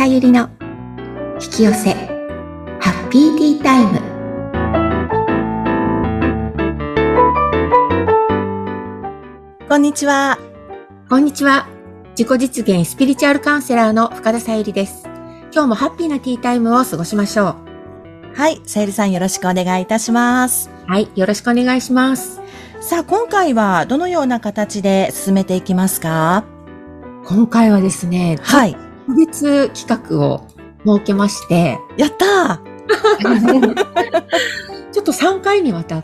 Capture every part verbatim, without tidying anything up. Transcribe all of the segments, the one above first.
ゆりの引き寄せハッピーティータイム。 こんにちは。 こんにちは。自己実現スピリチュアルカウンセラーの深田さゆりです。今日もハッピーなティータイムを過ごしましょう。はい、さゆりさんよろしくお願いいたします。 はい、よろしくお願いします。 さあ、今回はどのような形で進めていきますか？ 今回はですね、 はい。 特別企画を設けまして。 やったーちょっとさんかいにわたって、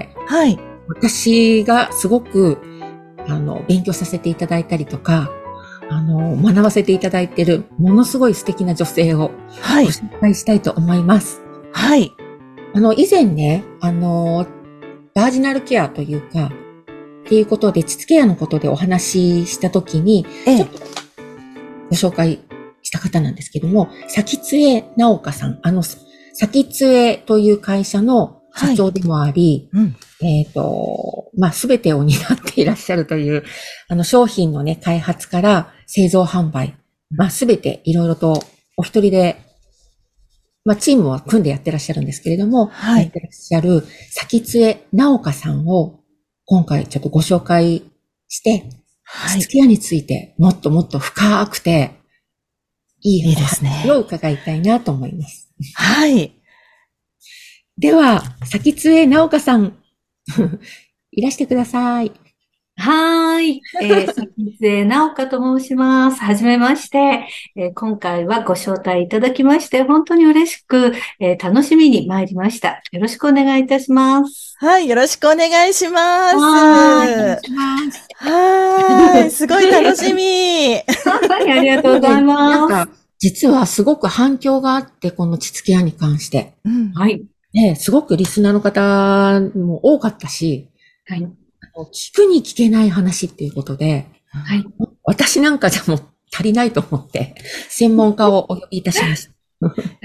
はい。 私がすごく、あの、勉強させていただいたりとか、あの、学ばせていただいている、ものすごい素敵な女性を、 はい。 ご紹介したいと思います。 はい。 あの、以前ね、あの、バージナルケアというか、っていうことで、膣ケアのことでお話ししたときに、 ええ、 ちょっとご紹介した方なんですけども、先津江直香さん、あの、先津江という会社の社長でもあり、 はい、うん、 えっと、まあ、すべてを担っていらっしゃるという、あの、商品のね、開発から製造販売、まあ、すべていろいろとお一人で、まあ、チームを組んでやってらっしゃるんですけれども、 はい、 やってらっしゃる先津江直香さんを今回ちょっとご紹介して、はい、膣ケアについてもっともっと深くて、いいお話を伺いたいなと思います。 いいですね。はい。 では、先津江直香さん、いらしてください。 はーい。えー、先津江直香と申します。はじめまして、えー。今回はご招待いただきまして、本当に嬉しく、えー、楽しみに参りました。よろしくお願いいたします。 はい、よろしくお願いします。 はい、お願いします。 はい、すごい楽しみ。 はい、ありがとうございます。なんか、 実はすごく反響があって、この膣ケアに関して。 うん、はい。 ね、すごくリスナーの方も多かったし、 はい。 聞くに聞けない話っていうことで、 はい。 私なんかじゃもう足りないと思って、専門家をお呼びいたしました。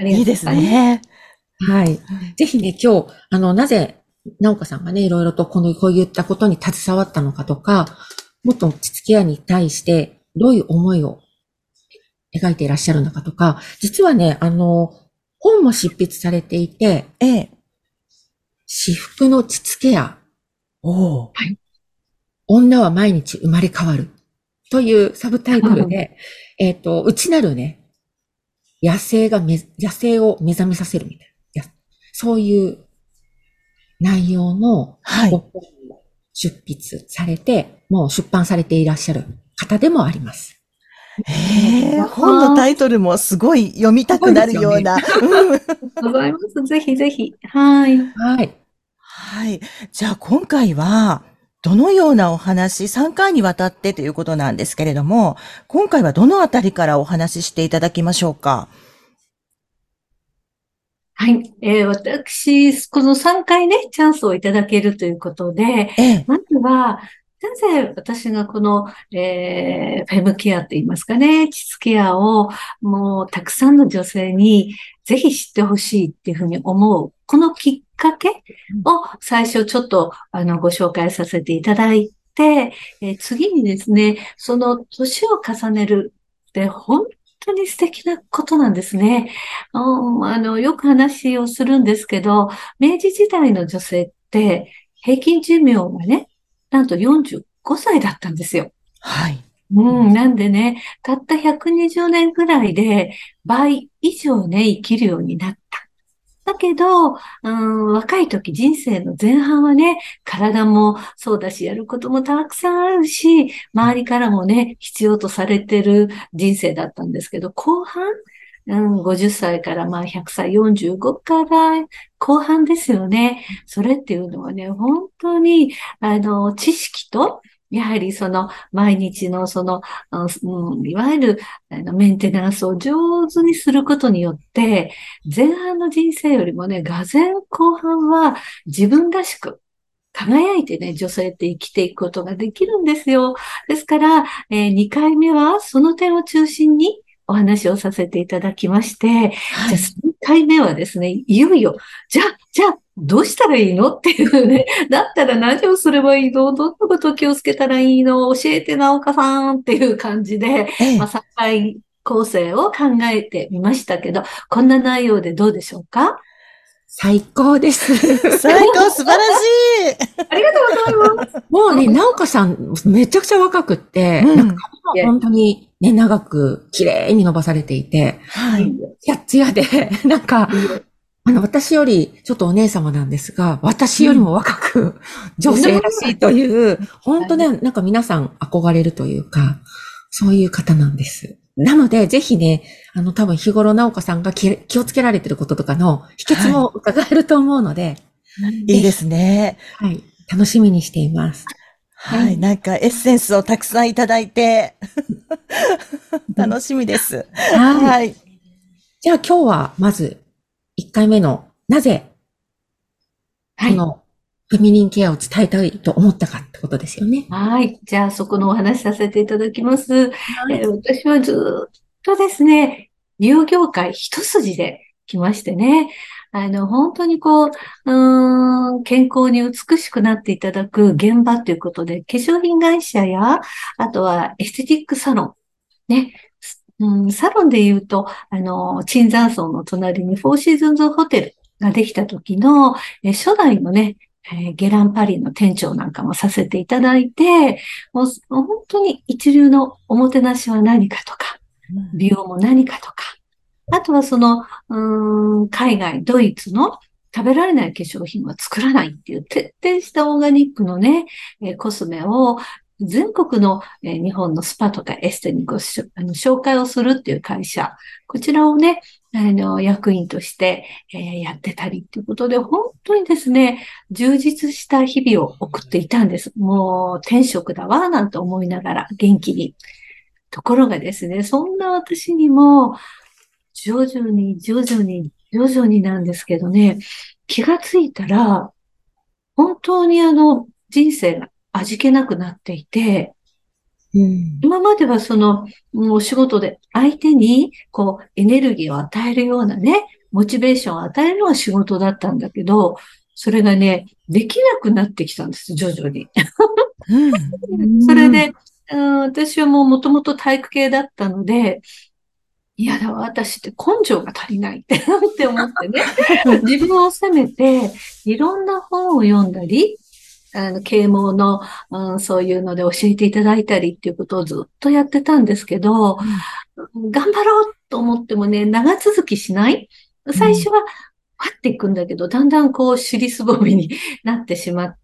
いいですね。 はい。ぜひね、今日、あの、なぜ、直香さんがね、いろいろとこの、こういったことに携わったのかとか、もっと膣ケアに対して、どういう思いを描いていらっしゃるのかとか、実はね、あの、本も執筆されていて、 ええ。 至福の膣ケア。 おー。 はい。女は毎日生まれ変わる。というサブタイトルで、えっと、内なるね、野生がめ、野生を目覚めさせるみたいな。そういう内容のご本を出筆されて、はい、もう出版されていらっしゃる方でもあります。 へー、本のタイトルもすごい読みたくなるような。 ありがとうございます。ぜひぜひ。はい。 はい。 はい。じゃあ今回は、どのようなお話、さんかいにわたってということなんですけれども、今回はどのあたりからお話ししていただきましょうか？ はい。えー、私、このさんかいね、チャンスをいただけるということで、 ええ、 まずは、なぜ私がこの、えー、フェムケアって言いますかね、膣ケアをもうたくさんの女性にぜひ知ってほしいっていうふうに思う、このきっかけを最初ちょっとあのご紹介させていただいて、えー、次にですね、その年を重ねるって本当に素敵なことなんですね。うん、あの、よく話をするんですけど、明治時代の女性って平均寿命がね、なんとよんじゅうごさいだったんですよ。 はい。 うん、なんでね、たったひゃくにじゅうねんぐらいで倍以上ね、生きるようになった。だけど、うん、若い時、人生の前半はね、体もそうだし、やることもたくさんあるし、周りからもね、必要とされてる人生だったんですけど、後半、うん、ごじゅっさいからまあひゃくさい、よんじゅうごから後半ですよね。それっていうのはね、本当に、あの、知識と、やはりその毎日のその、うん、いわゆるあのメンテナンスを上手にすることによって、前半の人生よりもね、がぜん後半は自分らしく輝いてね、女性って生きていくことができるんですよ。ですから、えー、にかいめはその点を中心にお話をさせていただきまして、はい、じゃあさんかいめはですね、いよいよ、じゃあ、じゃあ、どうしたらいいのっていうね、だったら何をすればいいの、どんなことを気をつけたらいいの、教えて直香さんっていう感じで、ええ、まあ、さんかい構成を考えてみましたけど、こんな内容でどうでしょうか？ 最高です。 最高、素晴らしい。 ありがとうございます。 もうね、なおかさん、めちゃくちゃ若くって、 うんなんか髪も本当にね、長く綺麗に伸ばされていて、 はい。 ツヤッツヤで、なんか、 いいよあの、私よりちょっとお姉様なんですが、私よりも若く、女性らしいという、本当ね、なんか皆さん憧れるというか、そういう方なんです。なので、ぜひね、あの、多分日頃なおかさんが気気をつけられてることとかの秘訣も伺えると思うので、 いいですね。 はい、楽しみにしています。 はい。なんかエッセンスをたくさんいただいて、楽しみです。 はい。 はい。 じゃあ今日はまずいっかいめのなぜはい。 このフェミニンケアを伝えたいと思ったかってことですよね。 はい。じゃあ、そこのお話しさせていただきます。 はい。 えー私はずーっとですね、美容業界一筋で来ましてね、あの、本当にこう、うーん、健康に美しくなっていただく現場ということで、化粧品会社や、あとはエステティックサロン、ね、すうん、サロンで言うと、あの、椿山荘の隣にフォーシーズンズホテルができた時の、え初代のね、えーゲランパリの店長なんかもさせていただいて、もう本当に一流のおもてなしは何かとか、美容も何かとか、あとはその、うーん、海外、ドイツの食べられない化粧品は作らないっていう徹底したオーガニックのね、えーコスメを全国の、えー日本のスパとかエステにごしょあの紹介をするっていう会社、こちらをね、あの、役員として、えーやってたりっていうことで、本当にですね、充実した日々を送っていたんです。もう、天職だわ、なんて思いながら、元気に。ところがですね、そんな私にも、徐々に、徐々に、徐々になんですけどね、気がついたら、本当にあの、人生が味気なくなっていて、 うん。 今まではその、もうお仕事で相手に、こう、エネルギーを与えるようなね、モチベーションを与えるのが仕事だったんだけど、それがね、できなくなってきたんです、徐々に。 うん。 それで、うん、私はもうもともと体育系だったので、いやだわ、私って根性が足りないってって思ってね、自分を責めて、いろんな本を読んだり、あの、啓蒙の、うん、そういうので教えていただいたりっていうことをずっとやってたんですけど、頑張ろうと思ってもね、長続きしない。最初は、パっていくんだけど、だんだんこう、尻すぼみになってしまって、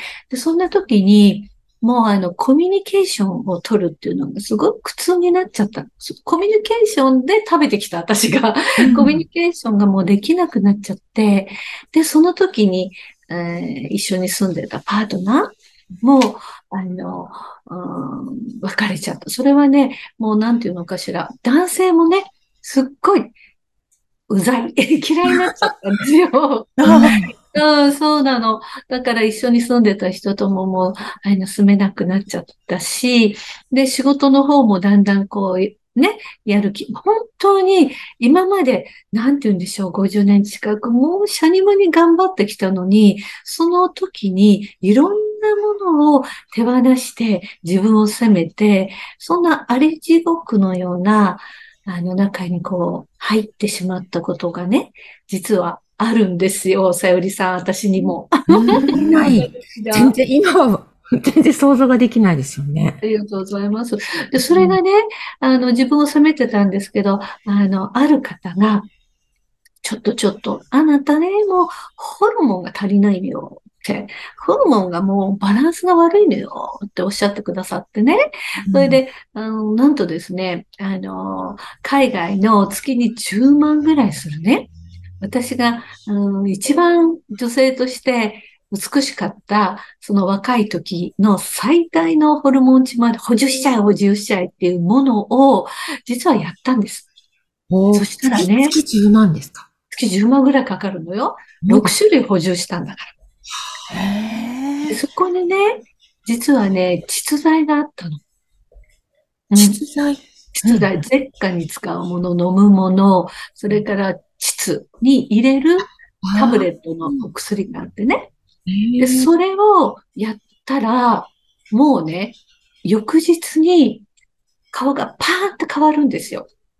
で、そんな時に、もうあの、コミュニケーションを取るっていうのがすごく苦痛になっちゃったんです。コミュニケーションで食べてきた私が、コミュニケーションがもうできなくなっちゃって、で、その時に、えー一緒に住んでたパートナーも、あの、うん、別れちゃった。それはね、もうなんていうのかしら。男性もね、すっごいうざい。嫌いになっちゃったんですよ。 あうん、そうなの。だから一緒に住んでた人とももう、あの、住めなくなっちゃったし、で、仕事の方もだんだんこう、ね、やる気、本当に今まで、なんて言うんでしょう、ごじゅうねん近く、もうシャニムに頑張ってきたのに、その時にいろんなものを手放して自分を責めて、そんなあり地獄のような、あの中にこう、入ってしまったことがね、実はあるんですよ、さゆりさん、私にも。 ーうん。 ない。全然、今は、全然想像ができないですよね。 ありがとうございます。で、それがね、あの、自分を責めてたんですけど、あの、ある方が、ちょっとちょっと、あなたね、もう、ホルモンが足りないのよって、ホルモンがもうバランスが悪いのよっておっしゃってくださってね。それで、あの、なんとですね、あの、海外の月にじゅうまんぐらいするね、私が、うん、一番女性として美しかった、その若い時の最大のホルモン値まで補充しちゃえ、補充しちゃえっていうものを、実はやったんです。そおー、 したら月、 ね、 月じゅうまんですか？ 月じゅうまんぐらいかかるのよ。 もう、 ろく種類補充したんだから。で、 へえ。 そこにね、実はね、膣剤があったの。うん。 実在。うん。 膣剤、舌下に使うもの、飲むもの、それから膣に入れるタブああ、 レットのお薬があってね。で、 ええ、 それをやったら、もうね、翌日に顔がパーンと変わるんですよ。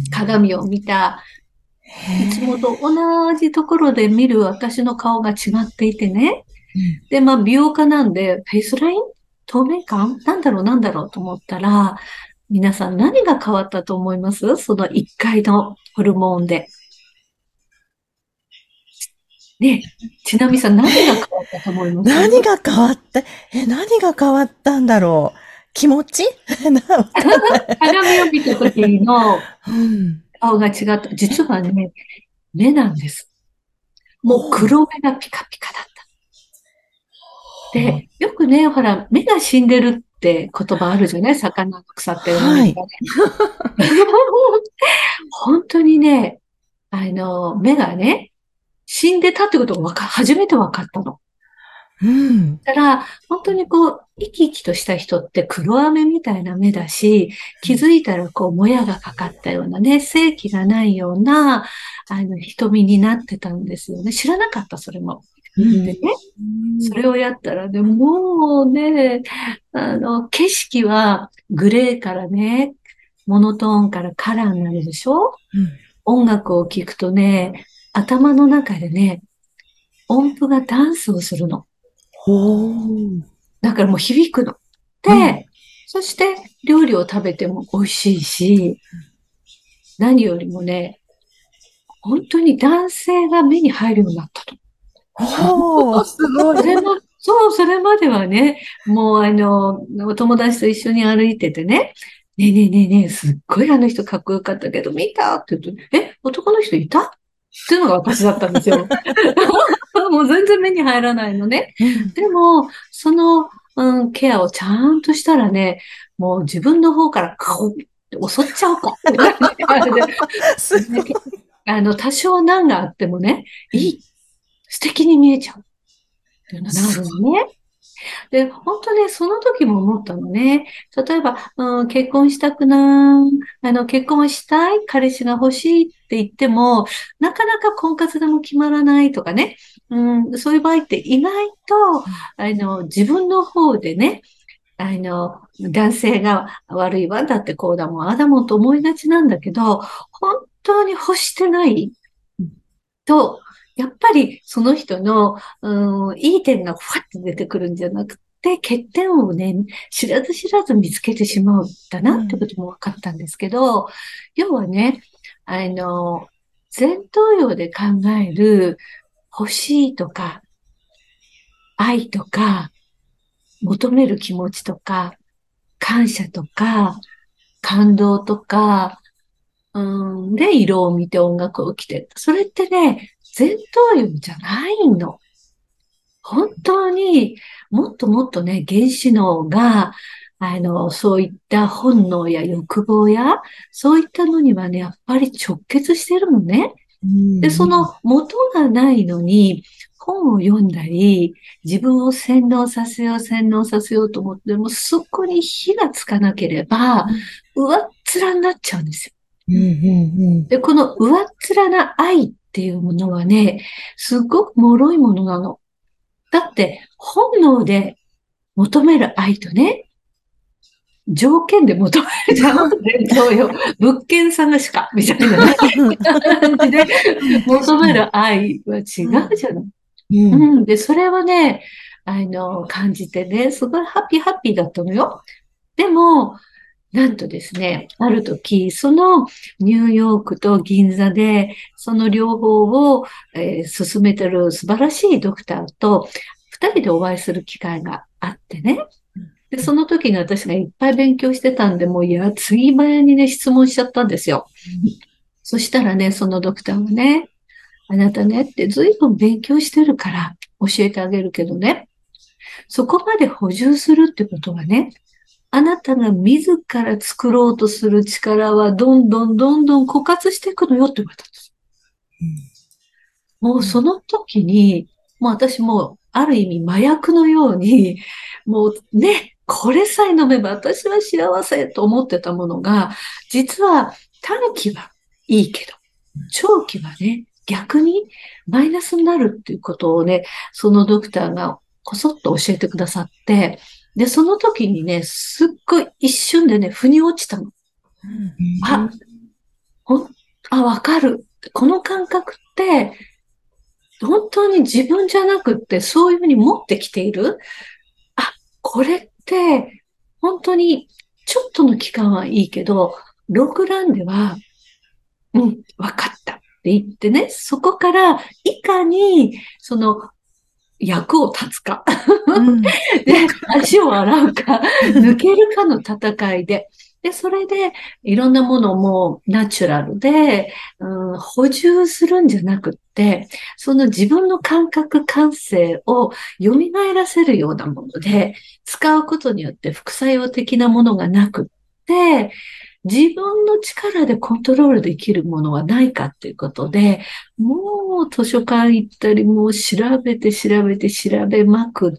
鏡を見た、いつもと同じところで見る私の顔が違っていてね。で、まあ、美容家なんで、フェイスライン透明感なんだろうなんだろうと思ったら、皆さん何が変わったと思います？そのいっかいのホルモンで。ね、ちなみさん何が変わったと思います？ 何が変わった、え、何が変わったんだろう。気持ちな鏡を見た時のうん。 顔が違った。実はね、目なんです。もう黒目がピカピカだった。で、よくね、ほら、目が死んでるって言葉あるじゃない？魚が腐ったようなはい。 目がね。本当にね、あの、目がね、死んでたってことがわか、初めて分かったの。 うん。 だから、本当にこう、生き生きとした人って黒飴みたいな目だし、気づいたらこう、もやがかかったようなね、生気がないような、あの、瞳になってたんですよね。知らなかった、それも。 うんでね、それをやったらね、もうね、あの、景色はグレーからね、モノトーンからカラーになるでしょ？音楽を聴くとね、頭の中でね、音符がダンスをするの。 ほう。 だからもう響くの。で、 うんそして料理を食べても美味しいし、何よりもね、本当に男性が目に入るようになったと。 ほう。 すごい。 それも、そう、それまではね、もうあの、お友達と一緒に歩いててね、ねえねえねえねえ、すっごいあの人かっこよかったけど、見たって言うと、え、男の人いたっていうのが私だったんですよ。もう全然目に入らないのね。 うんでも、その、うん、ケアをちゃんとしたらね、もう自分の方から顔って襲っちゃおうか。みたいな感じですねあの、多少難があってもね、いい、素敵に見えちゃうっていうのがあるのね。で、本当ね、その時も思ったのね。例えば、うん、結婚したくない、あの、結婚したい、彼氏が欲しいって言っても、なかなか婚活でも決まらないとかね。うん、そういう場合って意外と、あの、自分の方でね、あの、男性が悪いわ、だってこうだもん、ああだもんと思いがちなんだけど、本当に欲してないと、やっぱりその人の、うん、いい点がふわって出てくるんじゃなくて、欠点をね、知らず知らず見つけてしまうんだなってことも分かったんですけど、要はね、あの、前頭葉で考える欲しいとか、愛とか、求める気持ちとか、感謝とか、感動とか、うん、で、色を見て音楽を聴いて。それってね、前頭葉じゃないの。本当にもっともっとね、原子脳が、あの、そういった本能や欲望や、そういったのにはね、やっぱり直結してるのね。で、その元がないのに、本を読んだり、自分を洗脳させよう、洗脳させようと思っても、そこに火がつかなければ、上っ面になっちゃうんですよ。 うんうんで、この上っ面な愛っていうものはね、すごく脆いものなの。だって、本能で求める愛とね、条件で求めるじゃん。伝統よ。物件探しか、みたいなね、感じで求める愛は違うじゃない。 うん。 うん。で、それはね、あの、感じてね、すごいハッピーハッピーだったのよ。でも、なんとですね、ある時、そのニューヨークと銀座で、その両方を、えー進めてる素晴らしいドクターと、二人でお会いする機会があってね。で、その時に私がいっぱい勉強してたんで、もういや、次前にね、質問しちゃったんですよ。そしたらね、そのドクターがね、あなたねって随分勉強してるから教えてあげるけどね、そこまで補充するってことはね、あなたが自ら作ろうとする力はどんどんどんどん枯渇していくのよって言われたんです。もうその時に、もう私もある意味麻薬のように、もうね、これさえ飲めば私は幸せと思ってたものが、実は短期はいいけど、長期はね、逆にマイナスになるっていうことをね、そのドクターがこそっと教えてくださって、で、その時にね、すっごい一瞬でね、腑に落ちたの。あ、 ほん、あ、わかる。この感覚って、本当に自分じゃなくって、そういうふうに持ってきている。あ、これって、本当に、ちょっとの期間はいいけど、ロングランでは、うん、わかったって言ってね、そこからいかに、その、役を立つか。 うん。 で、足を洗うか、抜けるかの戦いで。で、それで、いろんなものもナチュラルで、うん、補充するんじゃなくって、その自分の感覚、感性を蘇らせるようなもので、使うことによって副作用的なものがなくって、自分の力でコントロールできるものはないかっていうことで、もう図書館行ったり、もう調べて調べて調べまくって、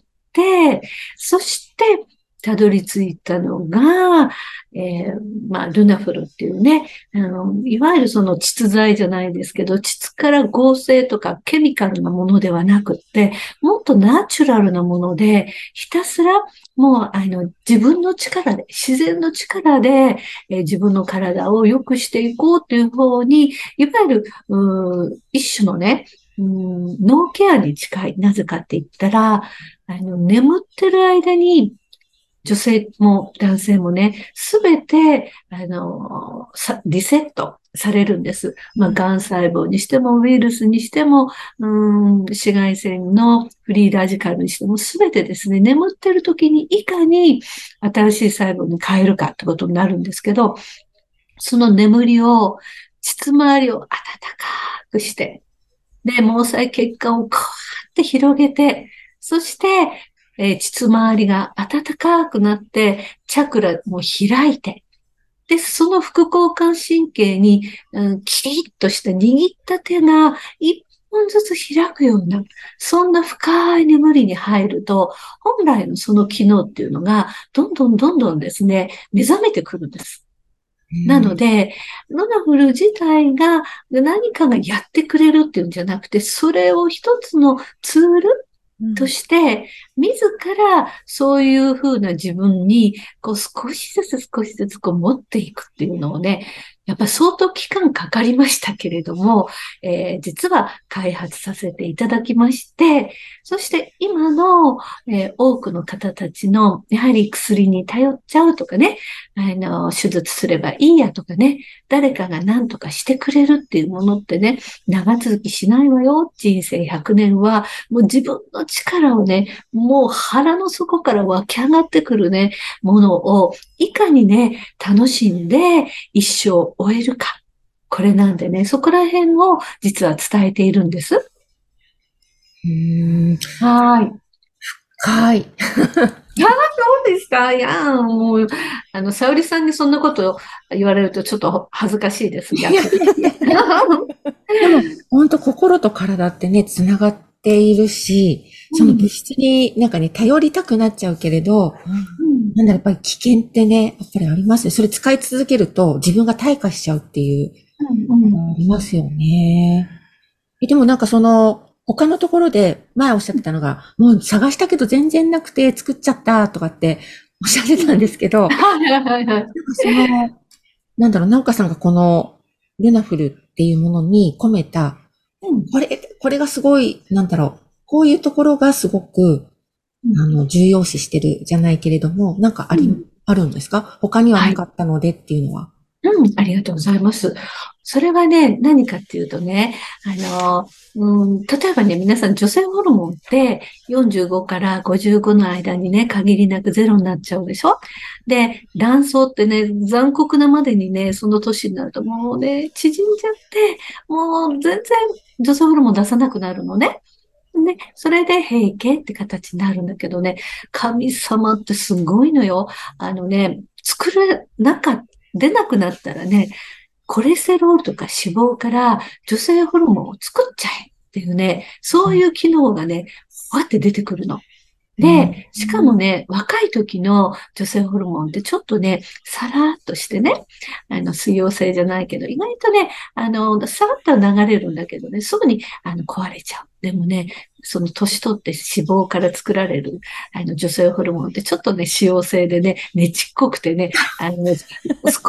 そしてたどり着いたのが、えー、まあ、ルナフルっていうね、あの、いわゆるその膣剤じゃないですけど、膣から合成とかケミカルなものではなくって、もっとナチュラルなもので、ひたすらもう、あの、自分の力で、自然の力で、えー自分の体を良くしていこうという方に、いわゆる、うー一種のね、うーん脳ケアに近い。なぜかって言ったら、あの、眠ってる間に、女性も男性もね、すべて、あの、さリセットされるんです。まあ、癌細胞にしても、ウイルスにしても、うーん、紫外線のフリーラジカルにしても、すべてですね、眠ってる時にいかに新しい細胞に変えるかってことになるんですけど、その眠りを、膣周りを温かくして、で、毛細血管をこうやって広げて、そして、えー膣周りが暖かくなって、チャクラも開いて、で、その副交感神経に、うん、キリッとした握った手が一本ずつ開くような、そんな深い眠りに入ると、本来のその機能っていうのが、どんどんどんどんですね、目覚めてくるんです。なので、ロナフル自体が何かがやってくれるっていうんじゃなくて、それを一つのツールとして、自らそういうふうな自分に、こう少しずつ少しずつこう持っていくっていうのをね、やっぱ相当期間かかりましたけれども、えー実は開発させていただきまして、そして今の、えー多くの方たちの、やはり薬に頼っちゃうとかね、あの、手術すればいいやとかね、誰かが何とかしてくれるっていうものってね、長続きしないわよ。人生ひゃくねんは、もう自分の力をね、もう腹の底から湧き上がってくるね、ものを、いかにね、楽しんで一生を終えるか。これなんでね、そこら辺を実は伝えているんです。 うーん、 はい。 はい。 そうですか。いやー、もう、あの、沙織さんにそんなこと言われるとちょっと恥ずかしいです、 いやい逆に。 やいや。でも、本当心と体ってね、つながっているし、その物質になんかね、頼りたくなっちゃうけれど、 うん。 なんだろう、やっぱり危険ってね、やっぱりありますね。それ使い続けると自分が退化しちゃうっていう、 うん。うん。 ありますよね。えでもなんかその、他のところで前おっしゃってたのが、もう探したけど全然なくて作っちゃったとかっておっしゃってたんですけど、なんかはいはいはいはい。 その、なんだろう、直香さんがこのルナフルっていうものに込めた、 うん。 これ、これがすごい、なんだろう、こういうところがすごく、 うん。 あの、重要視してるじゃないけれども、なんかあり、 うん。 あるんですか？他にははい。 なかったのでっていうのは。 うん。ありがとうございます。それはね、何かっていうとね、あの、うん、例えばね、皆さん女性ホルモンってよんじゅうごからごじゅうごの間にね、限りなくゼロになっちゃうでしょ。で、卵巣ってね、残酷なまでにね、その年になるともうね、縮んじゃって、もう全然女性ホルモン出さなくなるのね。で、それで閉経って形になるんだけどね、神様ってすごいのよ。あのね、作れなか、出なくなったらね、コレステロールとか脂肪から女性ホルモンを作っちゃえっていうね、そういう機能がね、ふわって出てくるの。 うん。 で、しかもね、若い時の女性ホルモンってちょっとね、さらっとしてね、あの、水溶性じゃないけど、意外とね、あの、さらっとは流れるんだけどね、すぐに、あの、壊れちゃう。でもね、その年取って脂肪から作られる、あの、女性ホルモンってちょっとね、脂溶性でね、ねちっこくてね、あの、少し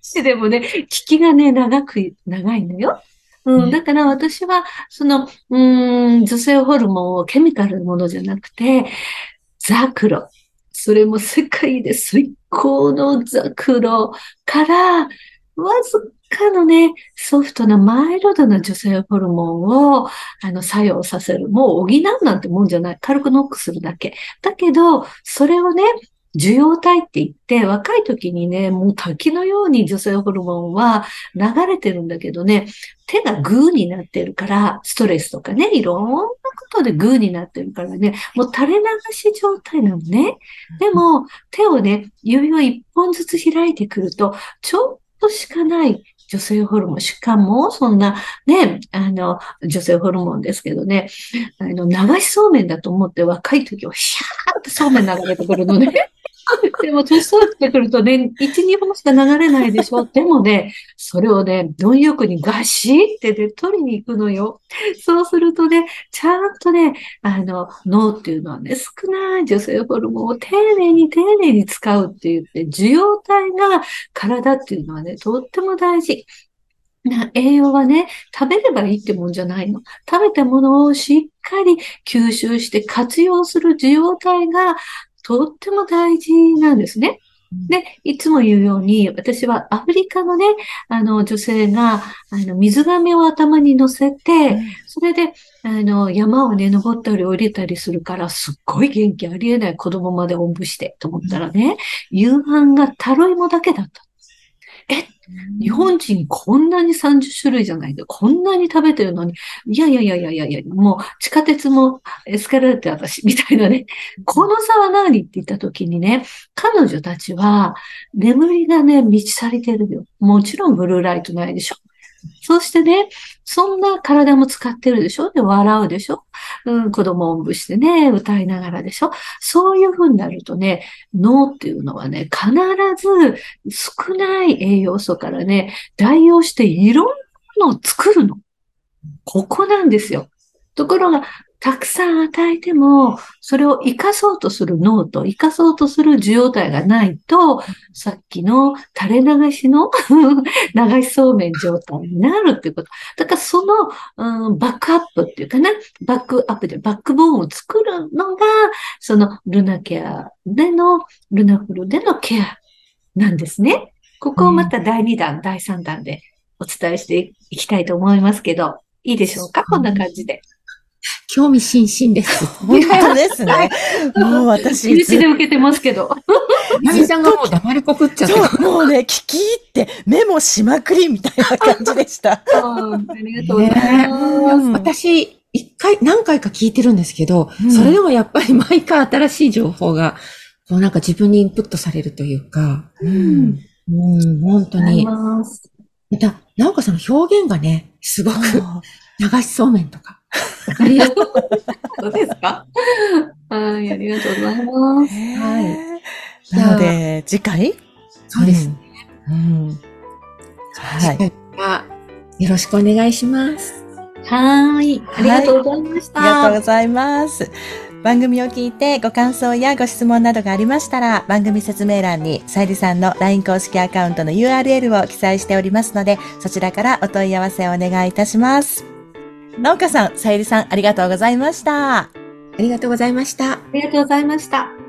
しでもね、効きがね、長く、長いのよ。うん、だから私は、その、うーん、女性ホルモンをケミカルなものじゃなくて、ザクロ。それも世界で最高のザクロから、わずかのね、ソフトなマイルドな女性ホルモンを、あの、作用させる。もう補うなんてもんじゃない。軽くノックするだけ。だけど、それをね、受容体って言って、若い時にね、もう滝のように女性ホルモンは流れてるんだけどね、手がグーになってるから、ストレスとかね、いろんなことでグーになってるからね、もう垂れ流し状態なのね。でも、手をね、指を一本ずつ開いてくると、ちょっとしかない女性ホルモン、しかも、そんな、ね、あの、女性ホルモンですけどね、あの、流しそうめんだと思って若い時は、シャーってそうめん流れてくるのね。でも、年取ってくるとね、いち、にほんしか流れないでしょ。でもね、それをね、貪欲にガシってで取りに行くのよ。そうするとね、ちゃんとね、あの、脳っていうのはね、少ない女性ホルモンを丁寧に丁寧に使うって言って、受容体が体っていうのはね、とっても大事。な栄養はね、食べればいいってもんじゃないの。食べたものをしっかり吸収して活用する受容体がとっても大事なんですね。で、いつも言うように、私はアフリカのね、あの、女性が、あの、水亀を頭に乗せて、それで、あの、山をね、登ったり降りたりするから、すっごい元気ありえない子供までおんぶして、と思ったらね、夕飯がタロイモだけだった。え、日本人こんなにさんじゅっしゅるいじゃないで、こんなに食べてるのに、いやいやいやいやいやいや、もう地下鉄もエスカレーターだし、みたいなね。この差は何って言った時にね、彼女たちは眠りがね、満ち足りてるよ。もちろんブルーライトないでしょ。そしてね、そんな体も使ってるでしょで、笑うでしょうん、子供をおんぶしてね、歌いながらでしょそういう風になるとね、脳っていうのはね、必ず少ない栄養素からね、代用していろんなものを作るの。ここなんですよ。ところが、たくさん与えても、それを活かそうとする脳と活かそうとする受容体がないと、さっきの垂れ流しの流しそうめん状態になるっていうこと。だからその、うん、バックアップっていうかな、バックアップでバックボーンを作るのが、そのルナケアでの、ルナフルでのケアなんですね。ここをまただいにだん、だいさんだんでお伝えしていきたいと思いますけど、いいでしょうかこんな感じで。 興味津々です。 本当ですね。もう私。 入試で受けてますけど。 ナミさんがもう黙りこくっちゃった。 そう、もうね、聞き入ってメモしまくりみたいな感じでした。 ありがとうございます。 私、一回、何回か聞いてるんですけど、うん、それでもやっぱり毎回新しい情報が、こうなんか自分にインプットされるというか、うん、うん、本当に。また、なおかさんの表現がね、すごく、流しそうめんとか。 ありがとう。そうですかはい、ありがとうございます。 はい。なので、次回そうですね。 うん。 はい。よろしくお願いします。 はい。ありがとうございました。 ありがとうございます。番組を聞いてご感想やご質問などがありましたら、番組説明欄にさゆりさんの ライン 公式アカウントの ユーアールエル を記載しておりますので、そちらからお問い合わせをお願いいたします。なおかさん、さゆりさん、ありがとうございました。 ありがとうございました。 ありがとうございました。